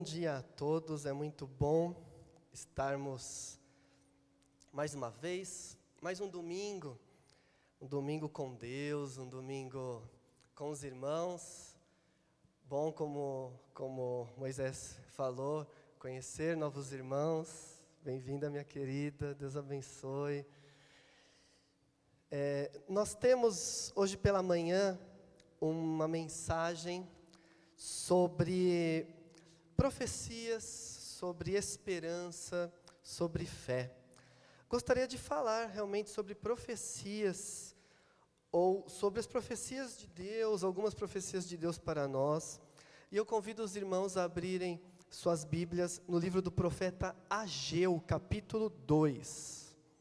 Bom dia a todos, é muito bom estarmos mais uma vez, mais um domingo com Deus, um domingo com os irmãos. Bom, como Moisés falou, conhecer novos irmãos. Bem-vinda, minha querida, Deus abençoe. Nós temos hoje pela manhã uma mensagem sobre profecias, sobre esperança, sobre fé. Gostaria de falar realmente sobre profecias, ou sobre as profecias de Deus, algumas profecias de Deus para nós. E eu convido os irmãos a abrirem suas Bíblias no livro do profeta Ageu, capítulo 2.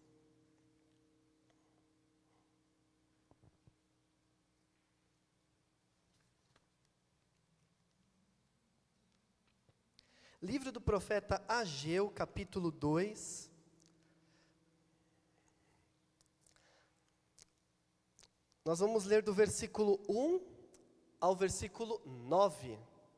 Livro do profeta Ageu, capítulo 2. Nós vamos ler do versículo 1 ao versículo 9.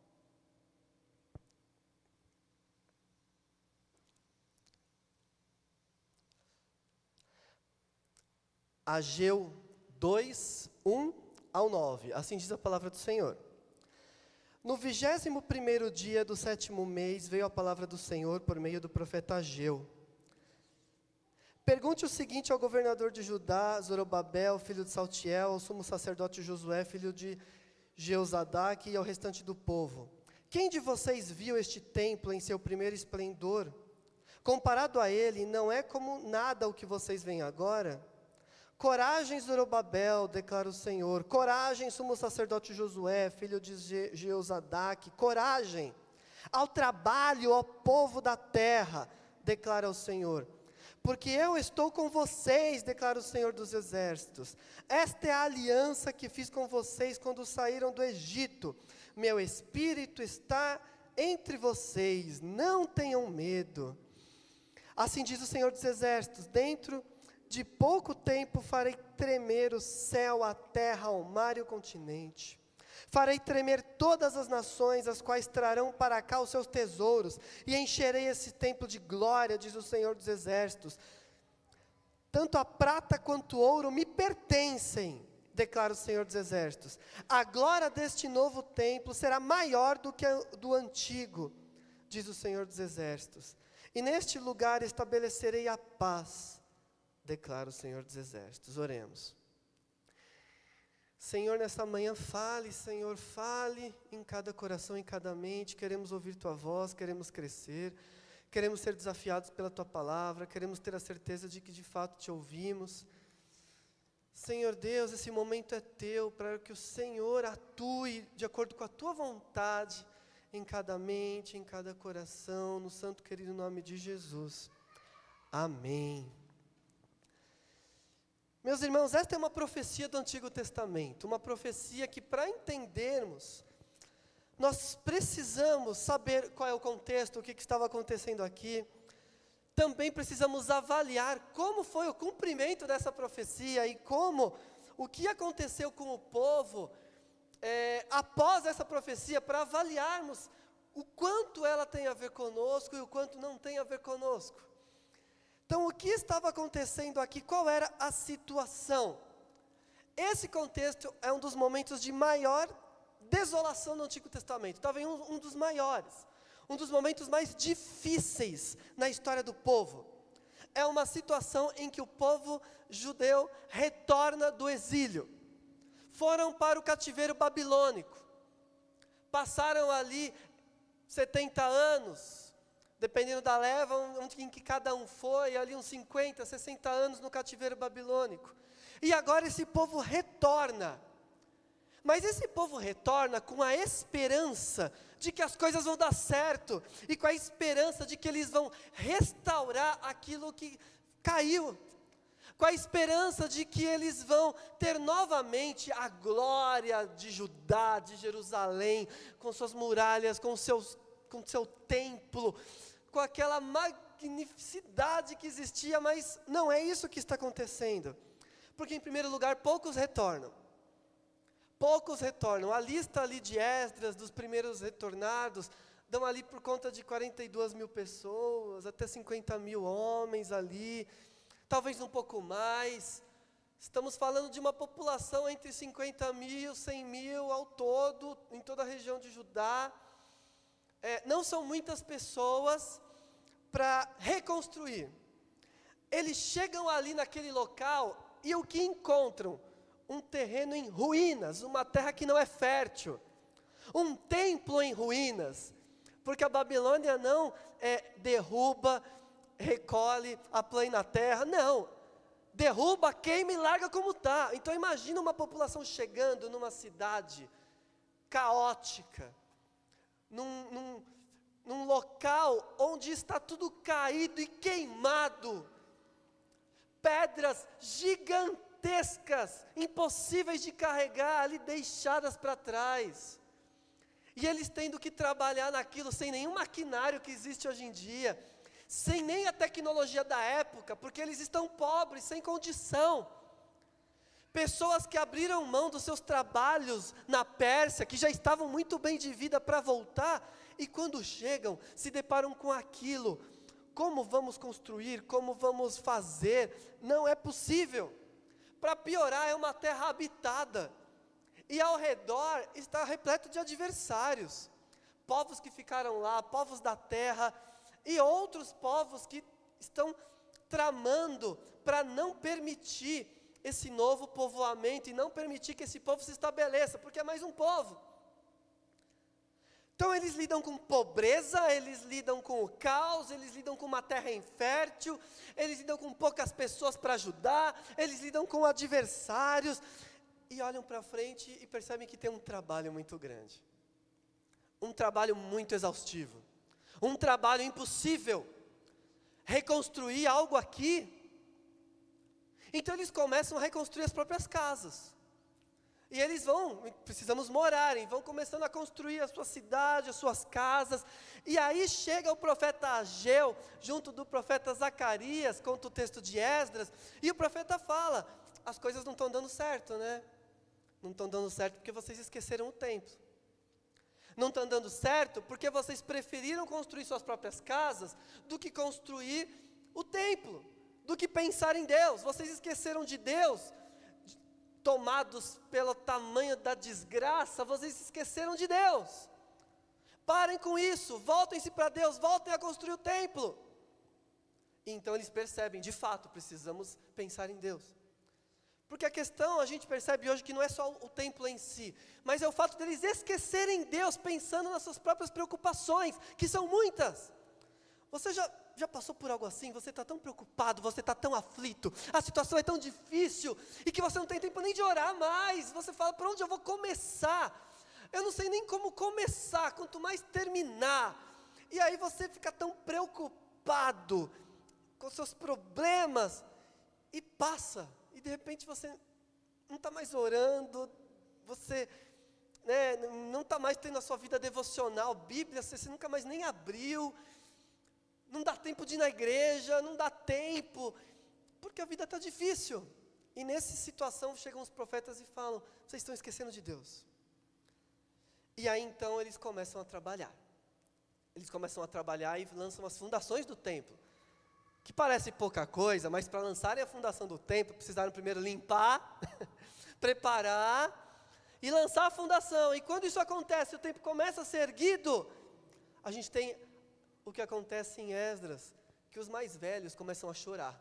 Ageu 2, 1 ao 9. Assim diz a palavra do Senhor. No 21º dia do 7º mês, veio a palavra do Senhor por meio do profeta Ageu. Pergunte o seguinte ao governador de Judá, Zorobabel, filho de Saltiel, ao sumo sacerdote Josué, filho de Jeozadak, e ao restante do povo. Quem de vocês viu este templo em seu primeiro esplendor? Comparado a ele, não é como nada o que vocês veem agora? Coragem, Zorobabel, declara o Senhor. Coragem, sumo sacerdote Josué, filho de Jeozadak. Coragem, ao trabalho, ó povo da terra, declara o Senhor. Porque eu estou com vocês, declara o Senhor dos exércitos. Esta é a aliança que fiz com vocês quando saíram do Egito. Meu espírito está entre vocês, não tenham medo. Assim diz o Senhor dos exércitos, dentro de pouco tempo farei tremer o céu, a terra, o mar e o continente. Farei tremer todas as nações, as quais trarão para cá os seus tesouros, e encherei esse templo de glória, diz o Senhor dos exércitos. Tanto a prata quanto o ouro me pertencem, declara o Senhor dos exércitos. A glória deste novo templo será maior do que a do antigo, diz o Senhor dos exércitos. E neste lugar estabelecerei a paz, declara o Senhor dos exércitos. Oremos. Senhor, nessa manhã fale, Senhor, fale em cada coração, em cada mente. Queremos ouvir Tua voz, queremos crescer, queremos ser desafiados pela Tua palavra, queremos ter a certeza de que de fato Te ouvimos. Senhor Deus, esse momento é Teu, para que o Senhor atue de acordo com a Tua vontade, em cada mente, em cada coração, no santo querido nome de Jesus. Amém. Meus irmãos, esta é uma profecia do Antigo Testamento, uma profecia que, para entendermos, nós precisamos saber qual é o contexto, o que estava acontecendo aqui. Também precisamos avaliar como foi o cumprimento dessa profecia e o que aconteceu com o povo após essa profecia, para avaliarmos o quanto ela tem a ver conosco e o quanto não tem a ver conosco. Então, o que estava acontecendo aqui? Qual era a situação? Esse contexto é um dos momentos de maior desolação no Antigo Testamento. Talvez um dos maiores. Um dos momentos mais difíceis na história do povo. É uma situação em que o povo judeu retorna do exílio. Foram para o cativeiro babilônico. Passaram ali 70 anos. Dependendo da leva em que cada um foi, ali uns 50, 60 anos no cativeiro babilônico. E agora esse povo retorna. Mas esse povo retorna com a esperança de que as coisas vão dar certo. E com a esperança de que eles vão restaurar aquilo que caiu. Com a esperança de que eles vão ter novamente a glória de Judá, de Jerusalém, com suas muralhas, com seu templo, com aquela magnificidade que existia, mas não é isso que está acontecendo. Porque, em primeiro lugar, poucos retornam. A lista ali de Esdras, dos primeiros retornados, dão ali por conta de 42 mil pessoas, até 50 mil homens ali, talvez um pouco mais. Estamos falando de uma população entre 50 mil, 100 mil ao todo, em toda a região de Judá. Não são muitas pessoas para reconstruir. Eles chegam ali naquele local e o que encontram? Um terreno em ruínas, uma terra que não é fértil. Um templo em ruínas, porque a Babilônia não derruba, recolhe, aplana a terra, não. Derruba, queima e larga como está. Então imagina uma população chegando numa cidade caótica, num local onde está tudo caído e queimado, pedras gigantescas, impossíveis de carregar ali, deixadas para trás, e eles tendo que trabalhar naquilo, sem nenhum maquinário que existe hoje em dia, sem nem a tecnologia da época, porque eles estão pobres, sem condição. Pessoas que abriram mão dos seus trabalhos na Pérsia, que já estavam muito bem de vida para voltar, e quando chegam, se deparam com aquilo. Como vamos construir? Como vamos fazer? Não é possível. Para piorar, é uma terra habitada, e ao redor está repleto de adversários, povos que ficaram lá, povos da terra, e outros povos que estão tramando para não permitir esse novo povoamento, e não permitir que esse povo se estabeleça, porque é mais um povo. Então eles lidam com pobreza, eles lidam com o caos, eles lidam com uma terra infértil, eles lidam com poucas pessoas para ajudar, eles lidam com adversários, e olham para frente e percebem que tem um trabalho muito grande, um trabalho muito exaustivo, um trabalho impossível, reconstruir algo aqui. Então eles começam a reconstruir as próprias casas, e eles precisamos morar, e vão começando a construir a sua cidade, as suas casas, e aí chega o profeta Ageu, junto do profeta Zacarias, conta o texto de Esdras, e o profeta fala, as coisas não estão dando certo, né? Não estão dando certo porque vocês esqueceram o templo. Não estão dando certo porque vocês preferiram construir suas próprias casas do que construir o templo, do que pensar em Deus. Vocês esqueceram de Deus, tomados pelo tamanho da desgraça, vocês esqueceram de Deus. Parem com isso, voltem-se para Deus, voltem a construir o templo. E então eles percebem, de fato, precisamos pensar em Deus. Porque a questão, a gente percebe hoje que não é só o templo em si, mas é o fato deles esquecerem Deus, pensando nas suas próprias preocupações, que são muitas. Você já passou por algo assim? Você está tão preocupado, você está tão aflito, a situação é tão difícil, e que você não tem tempo nem de orar mais. Você fala, por onde eu vou começar? Eu não sei nem como começar, quanto mais terminar. E aí você fica tão preocupado com seus problemas, e passa. E de repente você não está mais orando, você não está mais tendo a sua vida devocional, Bíblia, você nunca mais nem abriu, não dá tempo de ir na igreja, não dá tempo, porque a vida está difícil. E nessa situação chegam os profetas e falam, vocês estão esquecendo de Deus. E aí então eles começam a trabalhar. Eles começam a trabalhar e lançam as fundações do templo. Que parece pouca coisa, mas para lançarem a fundação do templo, precisaram primeiro limpar, preparar e lançar a fundação. E quando isso acontece, o templo começa a ser erguido, a gente tem o que acontece em Esdras, que os mais velhos começam a chorar.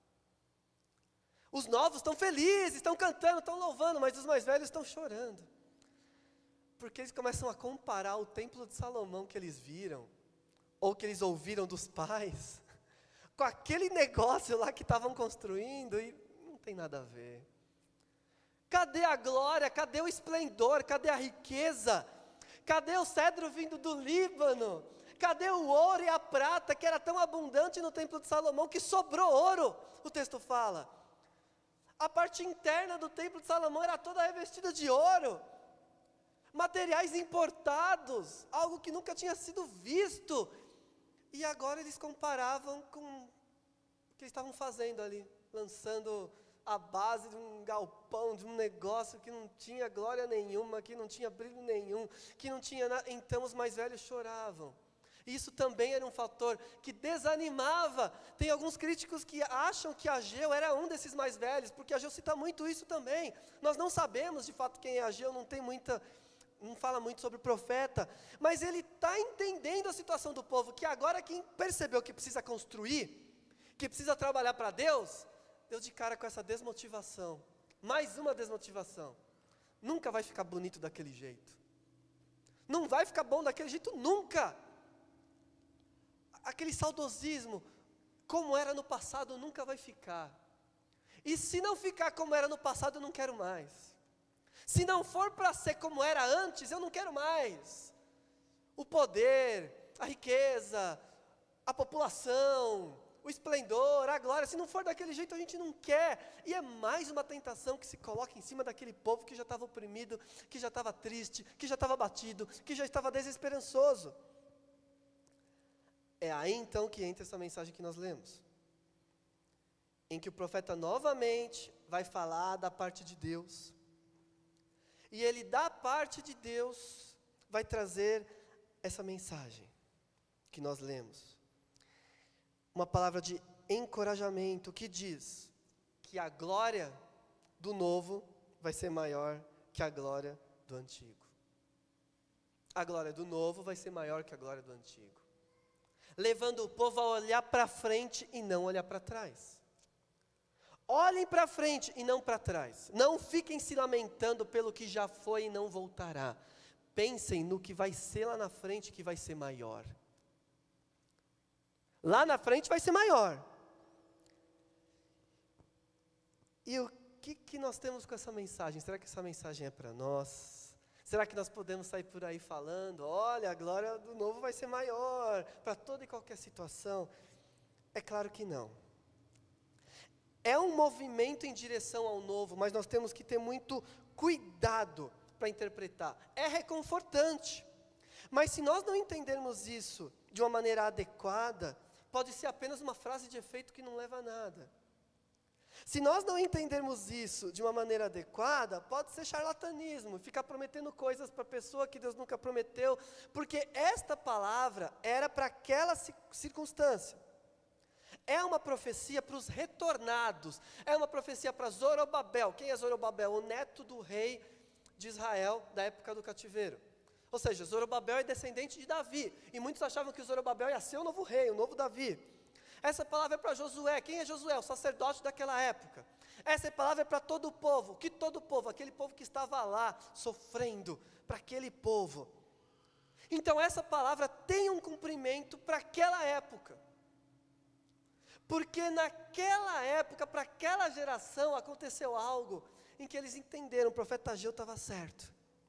Os novos estão felizes, estão cantando, estão louvando, mas os mais velhos estão chorando. Porque eles começam a comparar o templo de Salomão que eles viram, ou que eles ouviram dos pais, com aquele negócio lá que estavam construindo, e não tem nada a ver. Cadê a glória? Cadê o esplendor? Cadê a riqueza? Cadê o cedro vindo do Líbano? Cadê o ouro e a prata que era tão abundante no templo de Salomão, que sobrou ouro? O texto fala. A parte interna do templo de Salomão era toda revestida de ouro, materiais importados, algo que nunca tinha sido visto. E agora eles comparavam com o que eles estavam fazendo ali, lançando a base de um galpão, de um negócio que não tinha glória nenhuma, que não tinha brilho nenhum, que não tinha nada. Então os mais velhos choravam. Isso também era um fator que desanimava. Tem alguns críticos que acham que Ageu era um desses mais velhos, porque Ageu cita muito isso também. Nós não sabemos de fato quem é Ageu, não fala muito sobre o profeta, mas ele está entendendo a situação do povo, que agora quem percebeu que precisa construir, que precisa trabalhar para Deus, deu de cara com essa desmotivação. Mais uma desmotivação. Nunca vai ficar bonito daquele jeito. Não vai ficar bom daquele jeito nunca. Aquele saudosismo, como era no passado, nunca vai ficar. E se não ficar como era no passado, eu não quero mais. Se não for para ser como era antes, eu não quero mais. O poder, a riqueza, a população, o esplendor, a glória, se não for daquele jeito, a gente não quer. E é mais uma tentação que se coloca em cima daquele povo que já estava oprimido, que já estava triste, que já estava abatido, que já estava desesperançoso. É aí então que entra essa mensagem que nós lemos, em que o profeta novamente vai falar da parte de Deus, e ele da parte de Deus vai trazer essa mensagem que nós lemos, uma palavra de encorajamento que diz que a glória do novo vai ser maior que a glória do antigo. A glória do novo vai ser maior que a glória do antigo, levando o povo a olhar para frente e não olhar para trás. Olhem para frente e não para trás. Não fiquem se lamentando pelo que já foi e não voltará. Pensem no que vai ser lá na frente, que vai ser maior. Lá na frente vai ser maior. E o que nós temos com essa mensagem? Será que essa mensagem é para nós? Será que nós podemos sair por aí falando, olha, a glória do novo vai ser maior, para toda e qualquer situação? É claro que não. É um movimento em direção ao novo, mas nós temos que ter muito cuidado para interpretar. É reconfortante, mas se nós não entendermos isso de uma maneira adequada, pode ser apenas uma frase de efeito que não leva a nada. Se nós não entendermos isso de uma maneira adequada, pode ser charlatanismo, ficar prometendo coisas para a pessoa que Deus nunca prometeu, porque esta palavra era para aquela circunstância. É uma profecia para os retornados, é uma profecia para Zorobabel. Quem é Zorobabel? O neto do rei de Israel da época do cativeiro. Ou seja, Zorobabel é descendente de Davi, e muitos achavam que Zorobabel ia ser o novo rei, o novo Davi. Essa palavra é para Josué. Quem é Josué? O sacerdote daquela época. Essa palavra é para todo o povo. Que todo o povo? Aquele povo que estava lá, sofrendo, para aquele povo. Então essa palavra tem um cumprimento para aquela época. Porque naquela época, para aquela geração, aconteceu algo em que eles entenderam, o profeta Ageu estava certo.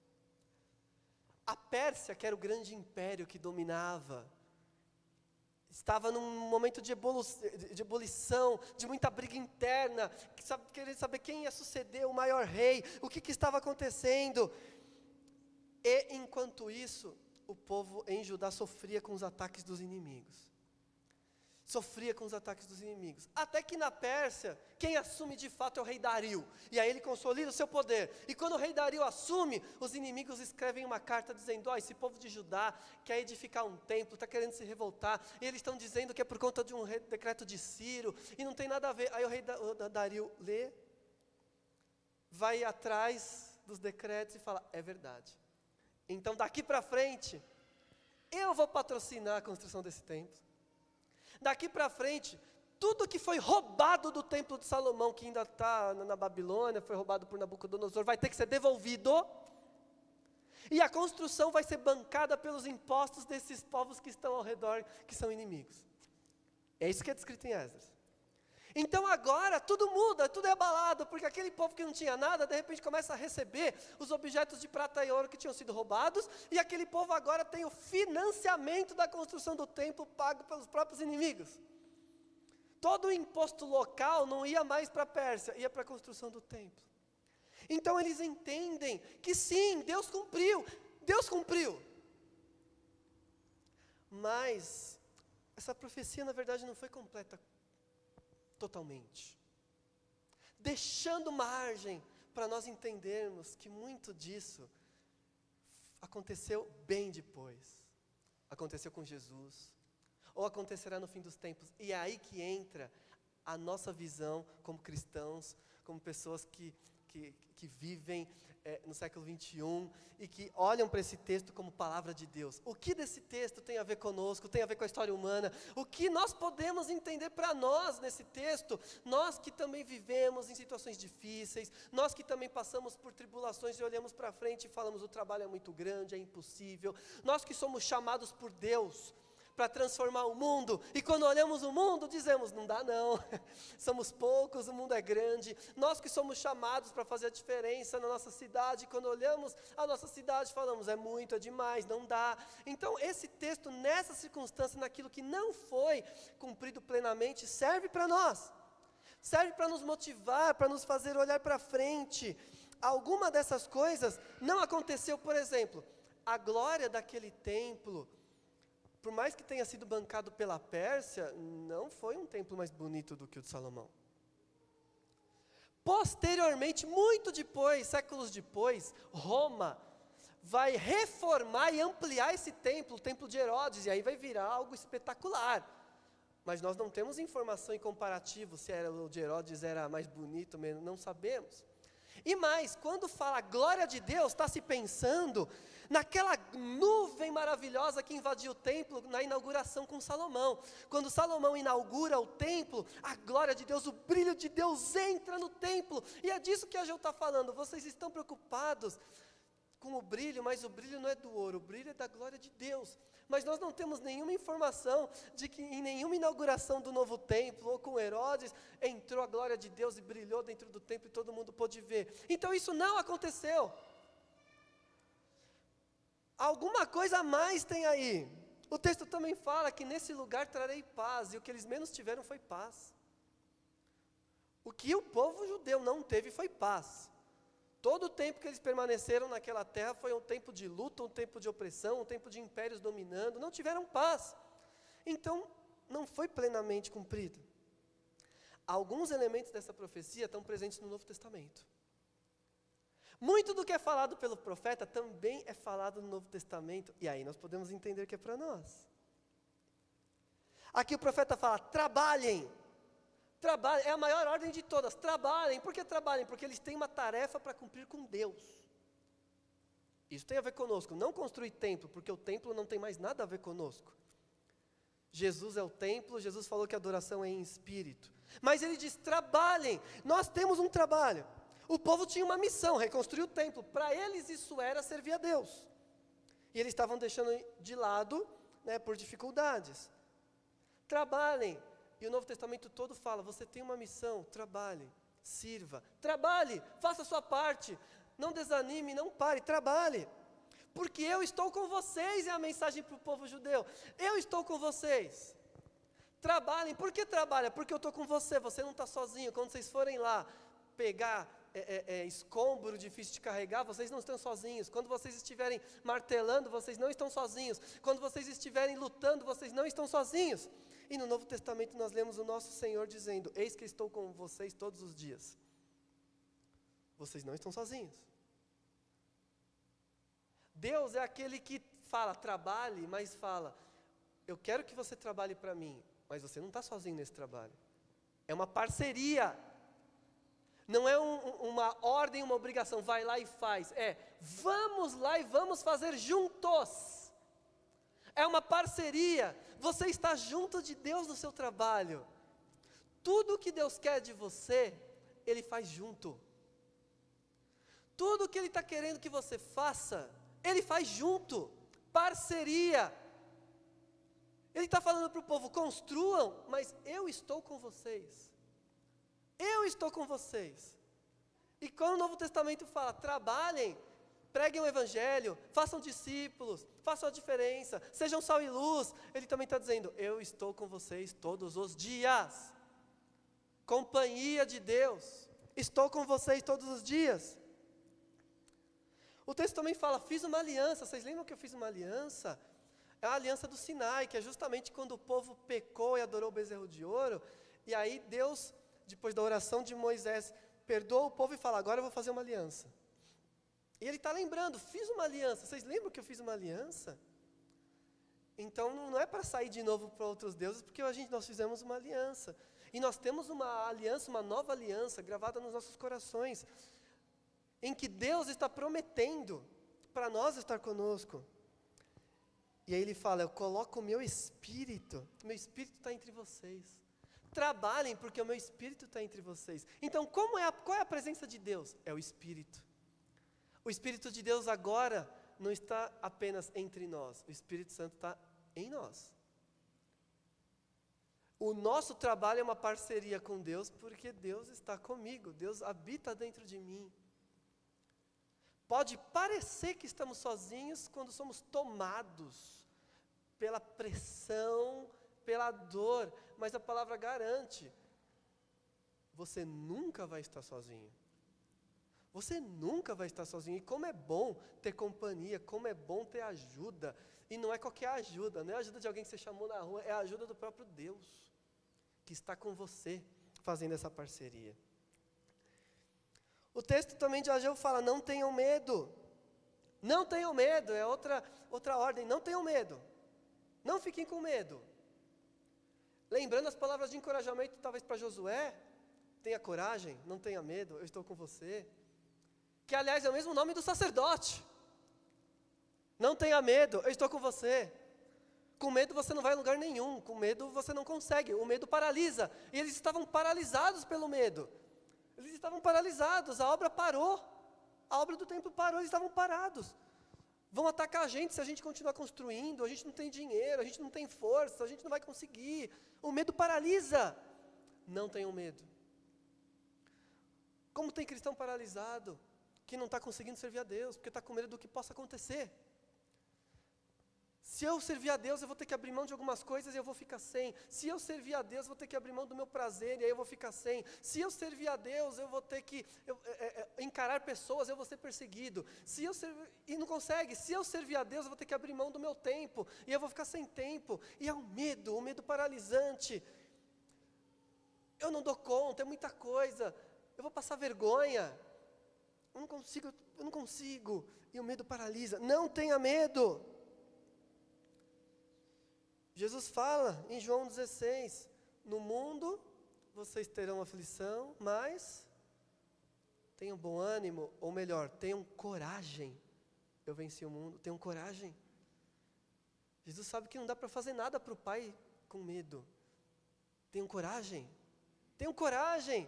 A Pérsia, que era o grande império que dominava, estava num momento de ebulição, de muita briga interna, querendo saber quem ia suceder o maior rei, o que estava acontecendo. E enquanto isso, o povo em Judá sofria com os ataques dos inimigos. Sofria com os ataques dos inimigos. Até que na Pérsia, quem assume de fato é o rei Dario. E aí ele consolida o seu poder. E quando o rei Dario assume, os inimigos escrevem uma carta dizendo, esse povo de Judá quer edificar um templo, está querendo se revoltar. E eles estão dizendo que é por conta de um decreto de Ciro. E não tem nada a ver. Aí o rei Dario lê, vai atrás dos decretos e fala, é verdade. Então daqui para frente, eu vou patrocinar a construção desse templo. Daqui para frente, tudo que foi roubado do templo de Salomão, que ainda está na Babilônia, foi roubado por Nabucodonosor, vai ter que ser devolvido. E a construção vai ser bancada pelos impostos desses povos que estão ao redor, que são inimigos. É isso que é descrito em Esdras. Então agora tudo muda, tudo é abalado, porque aquele povo que não tinha nada, de repente começa a receber os objetos de prata e ouro que tinham sido roubados, e aquele povo agora tem o financiamento da construção do templo pago pelos próprios inimigos. Todo o imposto local não ia mais para a Pérsia, ia para a construção do templo. Então eles entendem que sim, Deus cumpriu. Mas essa profecia na verdade não foi completa totalmente, deixando margem para nós entendermos que muito disso aconteceu bem depois. aconteceu com Jesus, ou acontecerá no fim dos tempos. E é aí que entra a nossa visão como cristãos, como pessoas que vivem no século 21 e que olham para esse texto como palavra de Deus. O que desse texto tem a ver conosco, tem a ver com a história humana? O que nós podemos entender para nós nesse texto? Nós que também vivemos em situações difíceis, nós que também passamos por tribulações e olhamos para frente e falamos: o trabalho é muito grande, é impossível. Nós que somos chamados por Deus para transformar o mundo, e quando olhamos o mundo, dizemos: não dá não, somos poucos, o mundo é grande. Nós que somos chamados para fazer a diferença na nossa cidade, quando olhamos a nossa cidade, falamos: é muito, é demais, não dá. Então esse texto, nessa circunstância, naquilo que não foi cumprido plenamente, serve para nós, serve para nos motivar, para nos fazer olhar para frente. Alguma dessas coisas não aconteceu. Por exemplo, a glória daquele templo, por mais que tenha sido bancado pela Pérsia, não foi um templo mais bonito do que o de Salomão. Posteriormente, muito depois, séculos depois, Roma vai reformar e ampliar esse templo, o templo de Herodes, e aí vai virar algo espetacular. Mas nós não temos informação em comparativo se o de Herodes era mais bonito, não sabemos. E mais, quando fala glória de Deus, está se pensando naquela nuvem maravilhosa que invadiu o templo na inauguração com Salomão. Quando Salomão inaugura o templo, a glória de Deus, o brilho de Deus entra no templo. E é disso que a Geu está falando. Vocês estão preocupados com o brilho, mas o brilho não é do ouro, o brilho é da glória de Deus. Mas nós não temos nenhuma informação de que em nenhuma inauguração do novo templo, ou com Herodes, entrou a glória de Deus e brilhou dentro do templo e todo mundo pôde ver. Então isso não aconteceu. Alguma coisa a mais tem aí. O texto também fala que nesse lugar trarei paz, e o que eles menos tiveram foi paz. O que o povo judeu não teve foi paz. Todo o tempo que eles permaneceram naquela terra foi um tempo de luta, um tempo de opressão, um tempo de impérios dominando, não tiveram paz. Então, não foi plenamente cumprido. Alguns elementos dessa profecia estão presentes no Novo Testamento. Muito do que é falado pelo profeta também é falado no Novo Testamento, e aí nós podemos entender que é para nós. Aqui o profeta fala: trabalhem. Trabalhem, é a maior ordem de todas, trabalhem. Por que trabalhem? Porque eles têm uma tarefa para cumprir com Deus. Isso tem a ver conosco, não construir templo, porque o templo não tem mais nada a ver conosco. Jesus é o templo, Jesus falou que a adoração é em espírito. Mas ele diz: trabalhem, nós temos um trabalho. O povo tinha uma missão, reconstruir o templo. Para eles isso era servir a Deus. E eles estavam deixando de lado, por dificuldades. Trabalhem. E o Novo Testamento todo fala: você tem uma missão, trabalhe, sirva, trabalhe, faça a sua parte, não desanime, não pare, trabalhe, porque eu estou com vocês, é a mensagem para o povo judeu, eu estou com vocês, trabalhem. Por que trabalha? Porque eu estou com você, você não está sozinho. Quando vocês forem lá pegar escombro difícil de carregar, vocês não estão sozinhos. Quando vocês estiverem martelando, vocês não estão sozinhos. Quando vocês estiverem lutando, vocês não estão sozinhos. E no Novo Testamento nós lemos o nosso Senhor dizendo: eis que estou com vocês todos os dias. Vocês não estão sozinhos. Deus é aquele que fala: trabalhe, mas fala: eu quero que você trabalhe para mim, mas você não está sozinho nesse trabalho. É uma parceria. Não é uma ordem, uma obrigação, vai lá e faz. Vamos lá e vamos fazer juntos. É uma parceria. Você está junto de Deus no seu trabalho. Tudo que Deus quer de você, Ele faz junto. Tudo que Ele está querendo que você faça, Ele faz junto. Parceria. Ele está falando para o povo: construam, mas eu estou com vocês. Eu estou com vocês. E quando o Novo Testamento fala: trabalhem, preguem o Evangelho, façam discípulos, façam a diferença, sejam sal e luz, ele também está dizendo: eu estou com vocês todos os dias. Companhia de Deus, estou com vocês todos os dias. O texto também fala: fiz uma aliança. Vocês lembram que eu fiz uma aliança? É a aliança do Sinai, que é justamente quando o povo pecou e adorou o bezerro de ouro, e aí Deus, depois da oração de Moisés, perdoa o povo e fala: agora eu vou fazer uma aliança. E ele está lembrando: fiz uma aliança. Vocês lembram que eu fiz uma aliança? Então não é para sair de novo para outros deuses, porque nós fizemos uma aliança. E nós temos uma aliança, uma nova aliança, gravada nos nossos corações, em que Deus está prometendo para nós estar conosco. E aí ele fala, eu coloco o meu espírito está entre vocês. Trabalhem, porque o meu espírito está entre vocês. Então, qual é a presença de Deus? É o Espírito. O Espírito de Deus agora não está apenas entre nós, o Espírito Santo está em nós. O nosso trabalho é uma parceria com Deus, porque Deus está comigo, Deus habita dentro de mim. Pode parecer que estamos sozinhos quando somos tomados pela pressão, pela dor, mas a palavra garante, você nunca vai estar sozinho. Você nunca vai estar sozinho. E como é bom ter companhia, como é bom ter ajuda. E não é qualquer ajuda, não é a ajuda de alguém que você chamou na rua, é a ajuda do próprio Deus, que está com você, fazendo essa parceria. O texto também de Ageu fala, não tenham medo. Não tenham medo, é outra ordem, não tenham medo. Não fiquem com medo. Lembrando as palavras de encorajamento, talvez para Josué, tenha coragem, não tenha medo, eu estou com você. Que aliás é o mesmo nome do sacerdote. Não tenha medo, eu estou com você. Com medo você não vai a lugar nenhum, com medo você não consegue, o medo paralisa. E eles estavam paralisados pelo medo. Eles estavam paralisados, a obra parou. A obra do templo parou, eles estavam parados. Vão atacar a gente se a gente continuar construindo, a gente não tem dinheiro, a gente não tem força, a gente não vai conseguir. O medo paralisa. Não tenham medo. Como tem cristão paralisado, que não está conseguindo servir a Deus, porque está com medo do que possa acontecer. Se eu servir a Deus, eu vou ter que abrir mão de algumas coisas e eu vou ficar sem. Se eu servir a Deus, eu vou ter que abrir mão do meu prazer e aí eu vou ficar sem. Se eu servir a Deus, eu vou ter que encarar pessoas, eu vou ser perseguido. E não consegue. Se eu servir a Deus, eu vou ter que abrir mão do meu tempo e eu vou ficar sem tempo. E é o medo paralisante. Eu não dou conta, é muita coisa. Eu vou passar vergonha. Eu não consigo. E o medo paralisa. Não tenha medo. Jesus fala em João 16, no mundo vocês terão aflição, mas tenham bom ânimo, ou melhor, tenham coragem. Eu venci o mundo, tenham coragem. Jesus sabe que não dá para fazer nada para o Pai com medo. Tenham coragem. Tenham coragem.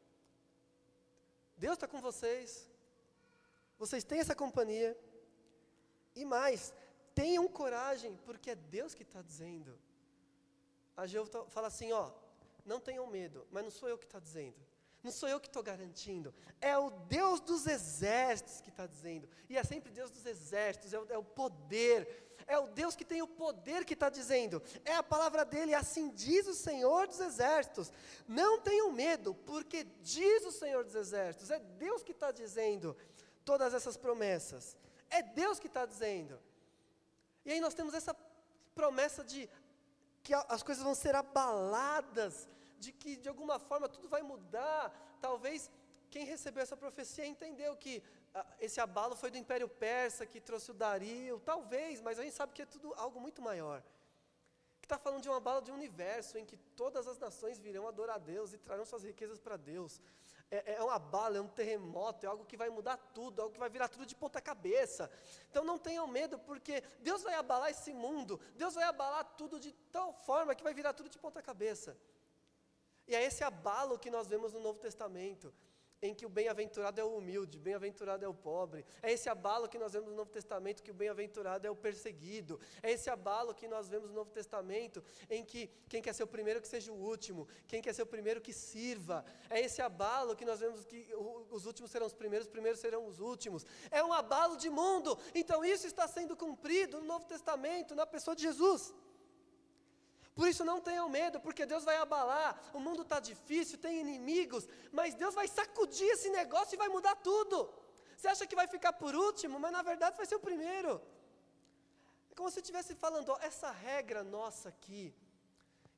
Deus está com vocês. Vocês têm essa companhia. E mais, tenham coragem, porque é Deus que está dizendo. Ageu fala assim, não tenham medo, mas não sou eu que está dizendo. Não sou eu que estou garantindo. É o Deus dos exércitos que está dizendo. E é sempre Deus dos exércitos, é o poder. É o Deus que tem o poder que está dizendo. É a palavra dele, assim diz o Senhor dos exércitos. Não tenham medo, porque diz o Senhor dos exércitos. É Deus que está dizendo todas essas promessas. É Deus que está dizendo. E aí nós temos essa promessa de que as coisas vão ser abaladas, de que de alguma forma tudo vai mudar. Talvez quem recebeu essa profecia entendeu que esse abalo foi do Império Persa, que trouxe o Dario, talvez, mas a gente sabe que é tudo algo muito maior. Que está falando de um abalo de um universo em que todas as nações virão adorar a Deus e trarão suas riquezas para Deus. É um abalo, é um terremoto, é algo que vai mudar tudo, algo que vai virar tudo de ponta cabeça. Então não tenham medo, porque Deus vai abalar esse mundo, Deus vai abalar tudo de tal forma que vai virar tudo de ponta cabeça. E é esse abalo que nós vemos no Novo Testamento, em que o bem-aventurado é o humilde, bem-aventurado é o pobre. É esse abalo que nós vemos no Novo Testamento, que o bem-aventurado é o perseguido. É esse abalo que nós vemos no Novo Testamento, em que quem quer ser o primeiro que seja o último, quem quer ser o primeiro que sirva. É esse abalo que nós vemos que os últimos serão os primeiros serão os últimos. É um abalo de mundo. Então isso está sendo cumprido no Novo Testamento, na pessoa de Jesus. Por isso não tenham medo, porque Deus vai abalar, o mundo está difícil, tem inimigos, mas Deus vai sacudir esse negócio e vai mudar tudo. Você acha que vai ficar por último, mas na verdade vai ser o primeiro. É como se eu estivesse falando, essa regra nossa aqui,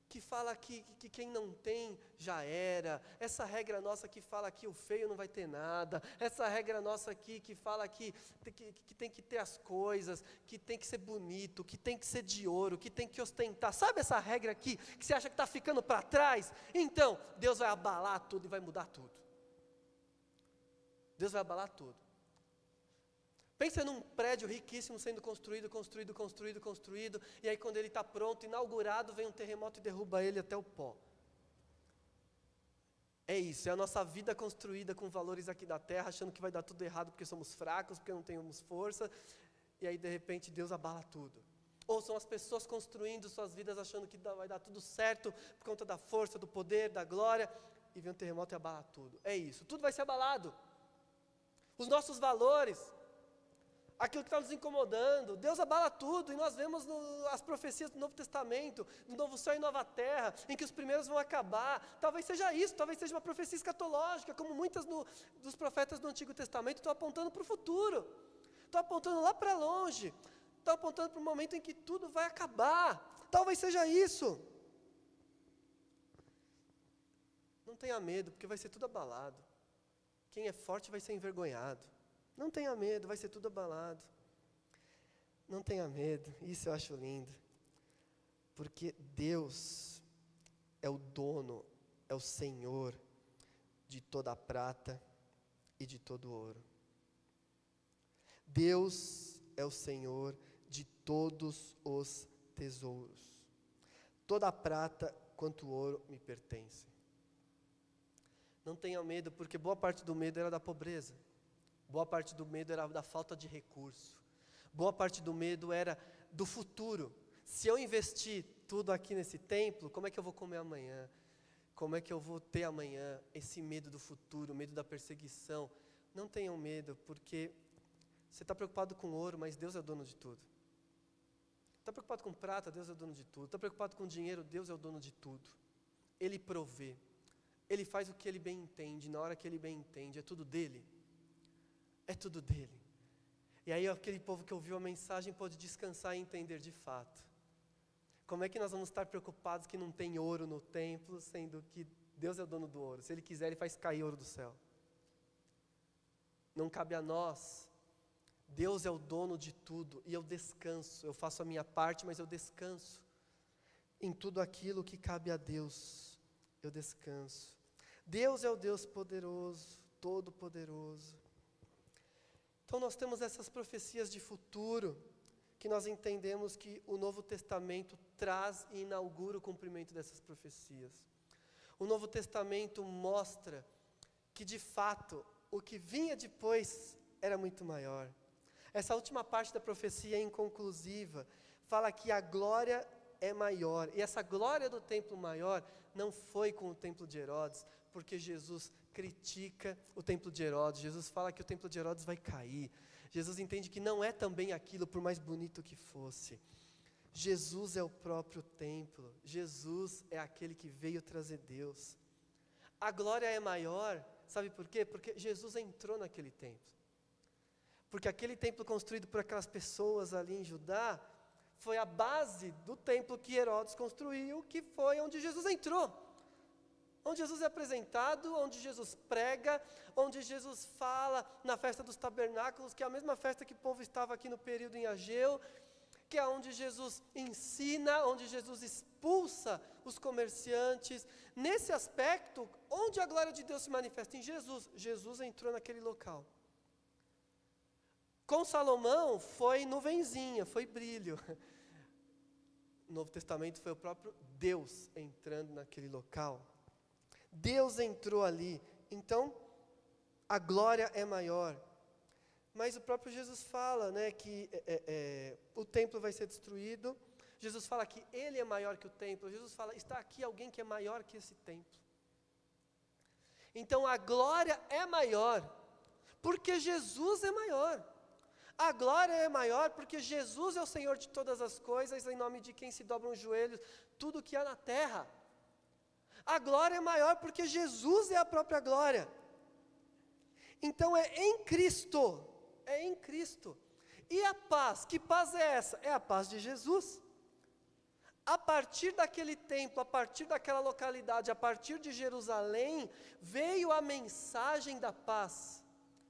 que fala que quem não tem já era, essa regra nossa que fala que o feio não vai ter nada, essa regra nossa aqui que fala que tem que ter as coisas, que tem que ser bonito, que tem que ser de ouro, que tem que ostentar, sabe essa regra aqui, que você acha que está ficando para trás? Então, Deus vai abalar tudo e vai mudar tudo. Deus vai abalar tudo. Pensa num prédio riquíssimo sendo construído, e aí quando ele está pronto, inaugurado, vem um terremoto e derruba ele até o pó. É isso, é a nossa vida construída com valores aqui da terra, achando que vai dar tudo errado porque somos fracos, porque não temos força, e aí de repente Deus abala tudo. Ou são as pessoas construindo suas vidas achando que vai dar tudo certo por conta da força, do poder, da glória, e vem um terremoto e abala tudo. É isso, tudo vai ser abalado. Os nossos valores, aquilo que está nos incomodando, Deus abala tudo, e nós vemos as profecias do Novo Testamento, do novo céu e nova terra, em que os primeiros vão acabar. Talvez seja isso, talvez seja uma profecia escatológica, como muitas dos profetas do Antigo Testamento estão apontando para o futuro, estão apontando lá para longe, estão apontando para o momento em que tudo vai acabar. Talvez seja isso. Não tenha medo, porque vai ser tudo abalado. Quem é forte vai ser envergonhado. Não tenha medo, vai ser tudo abalado. Não tenha medo, isso eu acho lindo. Porque Deus é o dono, é o Senhor de toda a prata e de todo o ouro. Deus é o Senhor de todos os tesouros. Toda a prata quanto o ouro me pertence. Não tenha medo, porque boa parte do medo era da pobreza. Boa parte do medo era da falta de recurso. Boa parte do medo era do futuro. Se eu investir tudo aqui nesse templo, como é que eu vou comer amanhã? Como é que eu vou ter amanhã? Esse medo do futuro, medo da perseguição. Não tenham medo, porque você está preocupado com ouro, mas Deus é o dono de tudo. Está preocupado com prata, Deus é o dono de tudo. Está preocupado com dinheiro, Deus é o dono de tudo. Ele provê. Ele faz o que Ele bem entende, na hora que Ele bem entende. É tudo dele. É tudo dele. E aí aquele povo que ouviu a mensagem pode descansar e entender de fato. Como é que nós vamos estar preocupados que não tem ouro no templo, sendo que Deus é o dono do ouro? Se Ele quiser, Ele faz cair ouro do céu. Não cabe a nós. Deus é o dono de tudo, e eu descanso. Eu faço a minha parte, mas eu descanso. Em tudo aquilo que cabe a Deus, eu descanso. Deus é o Deus poderoso, todo-poderoso. Então nós temos essas profecias de futuro, que nós entendemos que o Novo Testamento traz e inaugura o cumprimento dessas profecias. O Novo Testamento mostra que de fato, o que vinha depois era muito maior. Essa última parte da profecia é inconclusiva, fala que a glória é maior, e essa glória do templo maior não foi com o templo de Herodes, porque Jesus critica o templo de Herodes. Jesus fala que o templo de Herodes vai cair. Jesus entende que não é também aquilo, por mais bonito que fosse. Jesus é o próprio templo. Jesus é aquele que veio trazer Deus. A glória é maior, sabe por quê? Porque Jesus entrou naquele templo. Porque aquele templo construído por aquelas pessoas ali em Judá foi a base do templo que Herodes construiu, que foi onde Jesus entrou. Onde Jesus é apresentado, onde Jesus prega, onde Jesus fala na festa dos tabernáculos, que é a mesma festa que o povo estava aqui no período em Ageu, que é onde Jesus ensina, onde Jesus expulsa os comerciantes. Nesse aspecto, onde a glória de Deus se manifesta? Em Jesus. Jesus entrou naquele local. Com Salomão foi nuvenzinha, foi brilho. No Novo Testamento foi o próprio Deus entrando naquele local. Deus entrou ali, então a glória é maior. Mas o próprio Jesus fala, né, que o templo vai ser destruído. Jesus fala que Ele é maior que o templo. Jesus fala, está aqui alguém que é maior que esse templo. Então a glória é maior, porque Jesus é maior. A glória é maior porque Jesus é o Senhor de todas as coisas, em nome de quem se dobram os joelhos, tudo que há na terra. A glória é maior porque Jesus é a própria glória. Então é em Cristo, é em Cristo. E a paz, que paz é essa? É a paz de Jesus. A partir daquele templo, a partir daquela localidade, a partir de Jerusalém, veio a mensagem da paz,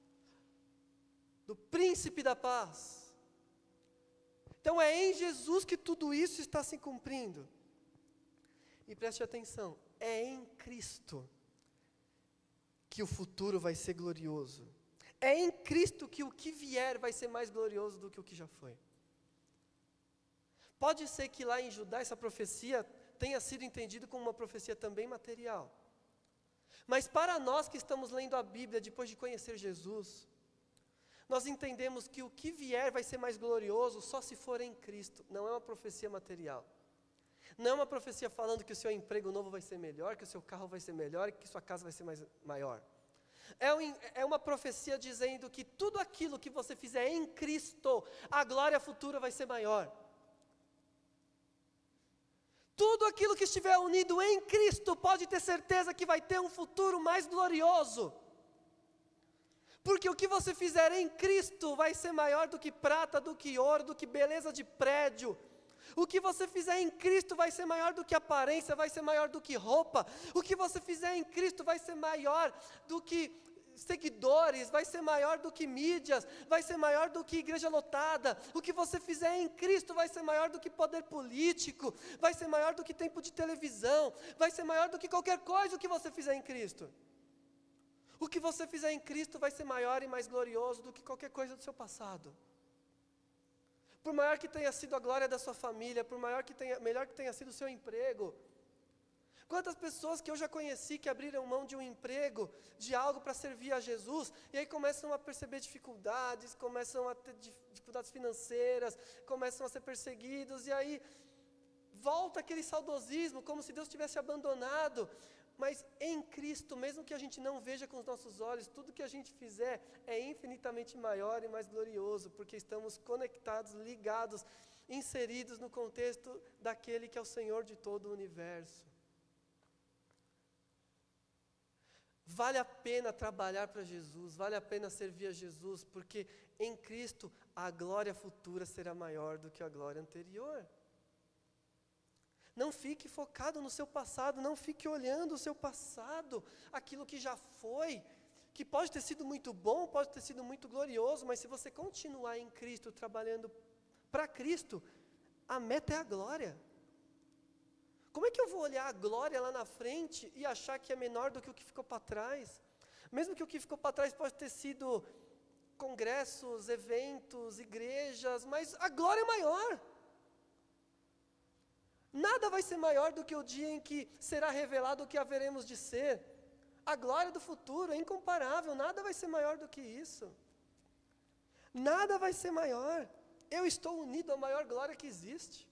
do príncipe da paz. Então é em Jesus que tudo isso está se cumprindo. E preste atenção, é em Cristo que o futuro vai ser glorioso. É em Cristo que o que vier vai ser mais glorioso do que o que já foi. Pode ser que lá em Judá essa profecia tenha sido entendida como uma profecia também material. Mas para nós que estamos lendo a Bíblia depois de conhecer Jesus, nós entendemos que o que vier vai ser mais glorioso só se for em Cristo. Não é uma profecia material. Não é uma profecia falando que o seu emprego novo vai ser melhor, que o seu carro vai ser melhor, que sua casa vai ser maior. É uma profecia dizendo que tudo aquilo que você fizer em Cristo, a glória futura vai ser maior. Tudo aquilo que estiver unido em Cristo, pode ter certeza que vai ter um futuro mais glorioso. Porque o que você fizer em Cristo vai ser maior do que prata, do que ouro, do que beleza de prédio. O que você fizer em Cristo vai ser maior do que aparência, vai ser maior do que roupa. O que você fizer em Cristo vai ser maior do que seguidores, vai ser maior do que mídias, vai ser maior do que igreja lotada. O que você fizer em Cristo vai ser maior do que poder político, vai ser maior do que tempo de televisão, vai ser maior do que qualquer coisa o que você fizer em Cristo. O que você fizer em Cristo vai ser maior e mais glorioso do que qualquer coisa do seu passado. Por maior que tenha sido a glória da sua família, por melhor que tenha sido o seu emprego. Quantas pessoas que eu já conheci que abriram mão de um emprego, de algo para servir a Jesus, e aí começam a perceber dificuldades, começam a ter dificuldades financeiras, começam a ser perseguidos, e aí volta aquele saudosismo, como se Deus tivesse abandonado. Mas em Cristo, mesmo que a gente não veja com os nossos olhos, tudo que a gente fizer é infinitamente maior e mais glorioso, porque estamos conectados, ligados, inseridos no contexto daquele que é o Senhor de todo o universo. Vale a pena trabalhar para Jesus, vale a pena servir a Jesus, porque em Cristo a glória futura será maior do que a glória anterior. Não fique focado no seu passado, não fique olhando o seu passado, aquilo que já foi, que pode ter sido muito bom, pode ter sido muito glorioso, mas se você continuar em Cristo, trabalhando para Cristo, a meta é a glória. Como é que eu vou olhar a glória lá na frente e achar que é menor do que o que ficou para trás? Mesmo que o que ficou para trás pode ter sido congressos, eventos, igrejas, mas a glória é maior. Nada vai ser maior do que o dia em que será revelado o que haveremos de ser. A glória do futuro é incomparável, nada vai ser maior do que isso. Nada vai ser maior. Eu estou unido à maior glória que existe.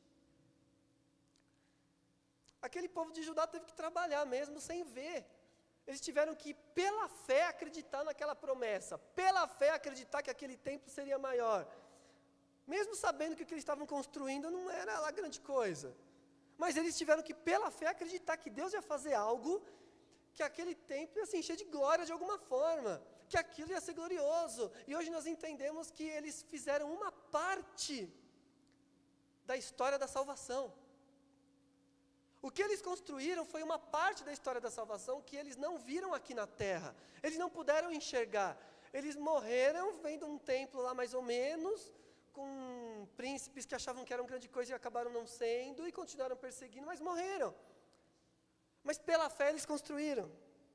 Aquele povo de Judá teve que trabalhar mesmo sem ver. Eles tiveram que, pela fé, acreditar naquela promessa. Pela fé, acreditar que aquele templo seria maior. Mesmo sabendo que o que eles estavam construindo não era lá grande coisa. Mas eles tiveram que, pela fé, acreditar que Deus ia fazer algo, que aquele templo ia se encher de glória de alguma forma, que aquilo ia ser glorioso. E hoje nós entendemos que eles fizeram uma parte da história da salvação. O que eles construíram foi uma parte da história da salvação que eles não viram aqui na terra. Eles não puderam enxergar. Eles morreram vendo um templo lá mais ou menos, com príncipes que achavam que eram grande coisa e acabaram não sendo, e continuaram perseguindo, mas morreram. Mas pela fé eles construíram.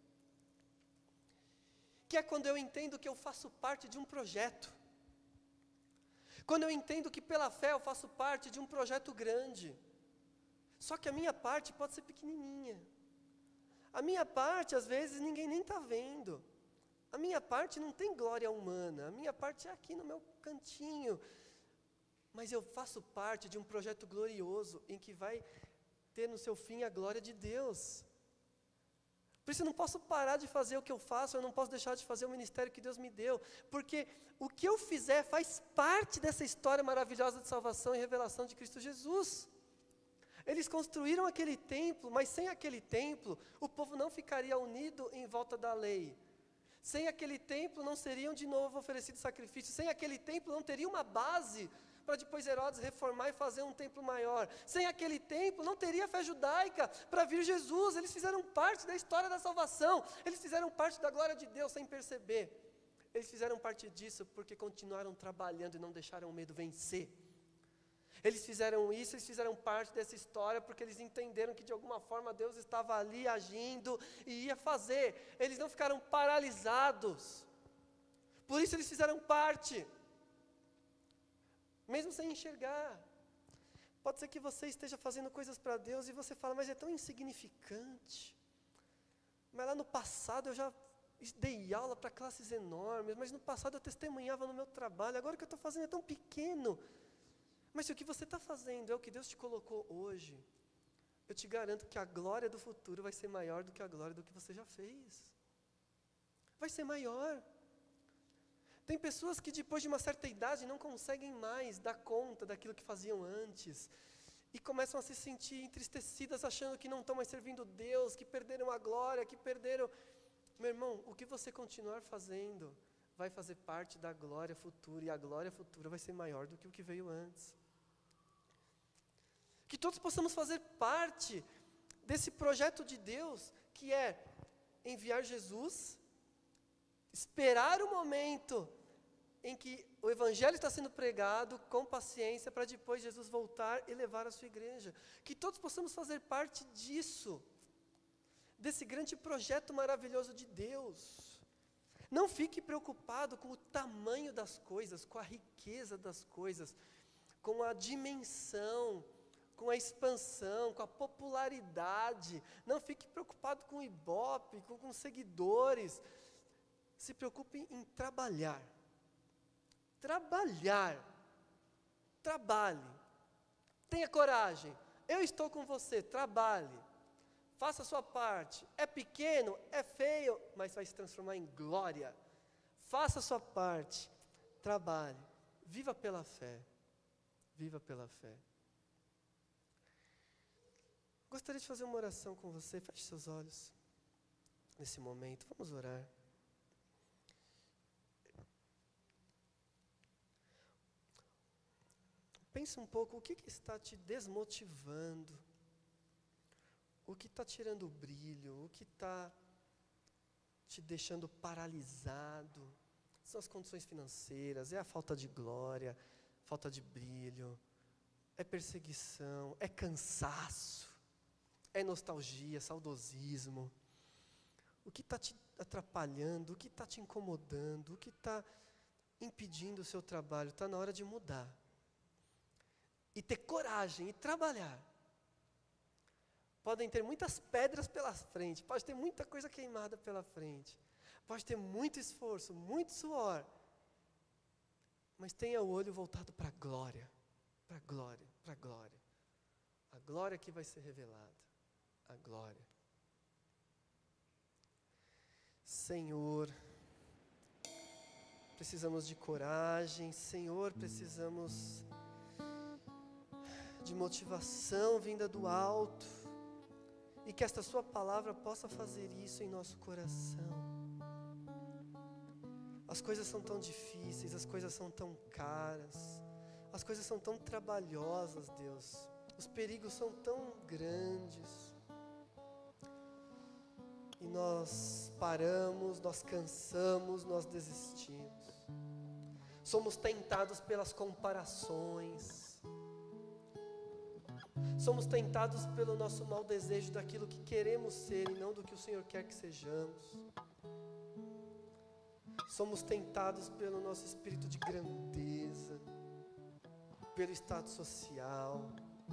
Que é quando eu entendo que eu faço parte de um projeto. Quando eu entendo que pela fé eu faço parte de um projeto grande. Só que a minha parte pode ser pequenininha. A minha parte, às vezes, ninguém nem está vendo. A minha parte não tem glória humana. A minha parte é aqui no meu cantinho. Mas eu faço parte de um projeto glorioso em que vai ter no seu fim a glória de Deus. Por isso eu não posso parar de fazer o que eu faço, eu não posso deixar de fazer o ministério que Deus me deu, porque o que eu fizer faz parte dessa história maravilhosa de salvação e revelação de Cristo Jesus. Eles construíram aquele templo, mas sem aquele templo, o povo não ficaria unido em volta da lei. Sem aquele templo não seriam de novo oferecidos sacrifícios, sem aquele templo não teria uma base para depois Herodes reformar e fazer um templo maior. Sem aquele templo, não teria fé judaica para vir Jesus. Eles fizeram parte da história da salvação. Eles fizeram parte da glória de Deus sem perceber. Eles fizeram parte disso porque continuaram trabalhando e não deixaram o medo vencer. Eles fizeram isso, eles fizeram parte dessa história porque eles entenderam que de alguma forma Deus estava ali agindo e ia fazer. Eles não ficaram paralisados. Por isso eles fizeram parte, mesmo sem enxergar. Pode ser que você esteja fazendo coisas para Deus e você fala, mas é tão insignificante. Mas lá no passado eu já dei aula para classes enormes, mas no passado eu testemunhava no meu trabalho, agora o que eu estou fazendo é tão pequeno. Mas se o que você está fazendo é o que Deus te colocou hoje, eu te garanto que a glória do futuro vai ser maior do que a glória do que você já fez. Vai ser maior. Tem pessoas que depois de uma certa idade não conseguem mais dar conta daquilo que faziam antes. E começam a se sentir entristecidas, achando que não estão mais servindo Deus, que perderam a glória, que perderam... Meu irmão, o que você continuar fazendo vai fazer parte da glória futura, e a glória futura vai ser maior do que o que veio antes. Que todos possamos fazer parte desse projeto de Deus, que é enviar Jesus, esperar o momento em que o Evangelho está sendo pregado com paciência, para depois Jesus voltar e levar a sua igreja. Que todos possamos fazer parte disso, desse grande projeto maravilhoso de Deus. Não fique preocupado com o tamanho das coisas, com a riqueza das coisas, com a dimensão, com a expansão, com a popularidade. Não fique preocupado com o Ibope, com seguidores. Se preocupe em trabalhar. Trabalhar. Trabalhe. Tenha coragem. Eu estou com você, trabalhe. Faça a sua parte. É pequeno, é feio, mas vai se transformar em glória. Faça a sua parte. Trabalhe. Viva pela fé. Viva pela fé. Gostaria de fazer uma oração com você. Feche seus olhos nesse momento. Vamos orar. Pense um pouco o que está te desmotivando. O que está tirando o brilho, o que está te deixando paralisado. São as condições financeiras, é a falta de glória, falta de brilho, é perseguição, é cansaço, é nostalgia, saudosismo. O que está te atrapalhando, o que está te incomodando, o que está impedindo o seu trabalho, está na hora de mudar. E ter coragem e trabalhar. Podem ter muitas pedras pela frente, pode ter muita coisa queimada pela frente, pode ter muito esforço, muito suor, mas tenha o olho voltado para a glória, para a glória, para a glória. A glória que vai ser revelada, a glória. Senhor, precisamos de coragem, Senhor, precisamos de motivação vinda do alto, e que esta sua palavra possa fazer isso em nosso coração. As coisas são tão difíceis, as coisas são tão caras, as coisas são tão trabalhosas, Deus. Os perigos são tão grandes. E nós paramos, nós cansamos, nós desistimos. Somos tentados pelas comparações. Somos tentados pelo nosso mau desejo daquilo que queremos ser e não do que o Senhor quer que sejamos. Somos tentados pelo nosso espírito de grandeza, pelo status social.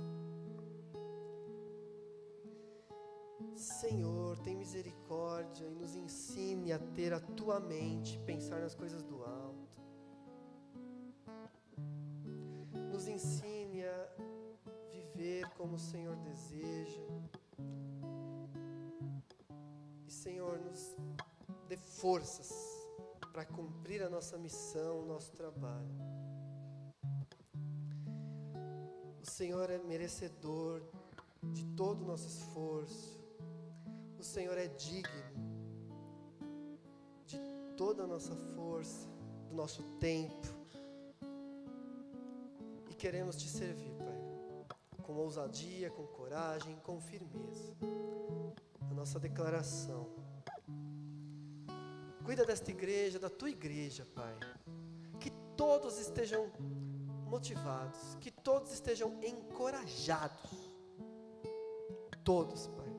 Senhor, tem misericórdia e nos ensine a ter a Tua mente, pensar nas coisas do alto. Nos ensine a viver como o Senhor deseja. E, Senhor, nos dê forças para cumprir a nossa missão, o nosso trabalho. O Senhor é merecedor de todo o nosso esforço. O Senhor é digno de toda a nossa força, do nosso tempo. E queremos te servir, Pai, com ousadia, com coragem, com firmeza. A nossa declaração. Cuida desta igreja, da tua igreja, Pai. Que todos estejam motivados, que todos estejam encorajados. Todos, Pai.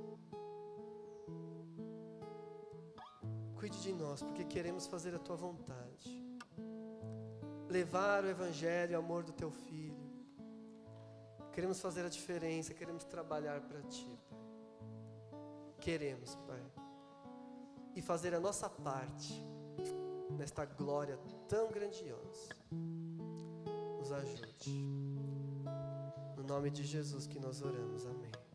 Cuide de nós, porque queremos fazer a tua vontade. Levar o evangelho e o amor do teu Filho. Queremos fazer a diferença, queremos trabalhar para ti, Pai. Queremos, Pai. E fazer a nossa parte nesta glória tão grandiosa. Nos ajude. No nome de Jesus que nós oramos. Amém.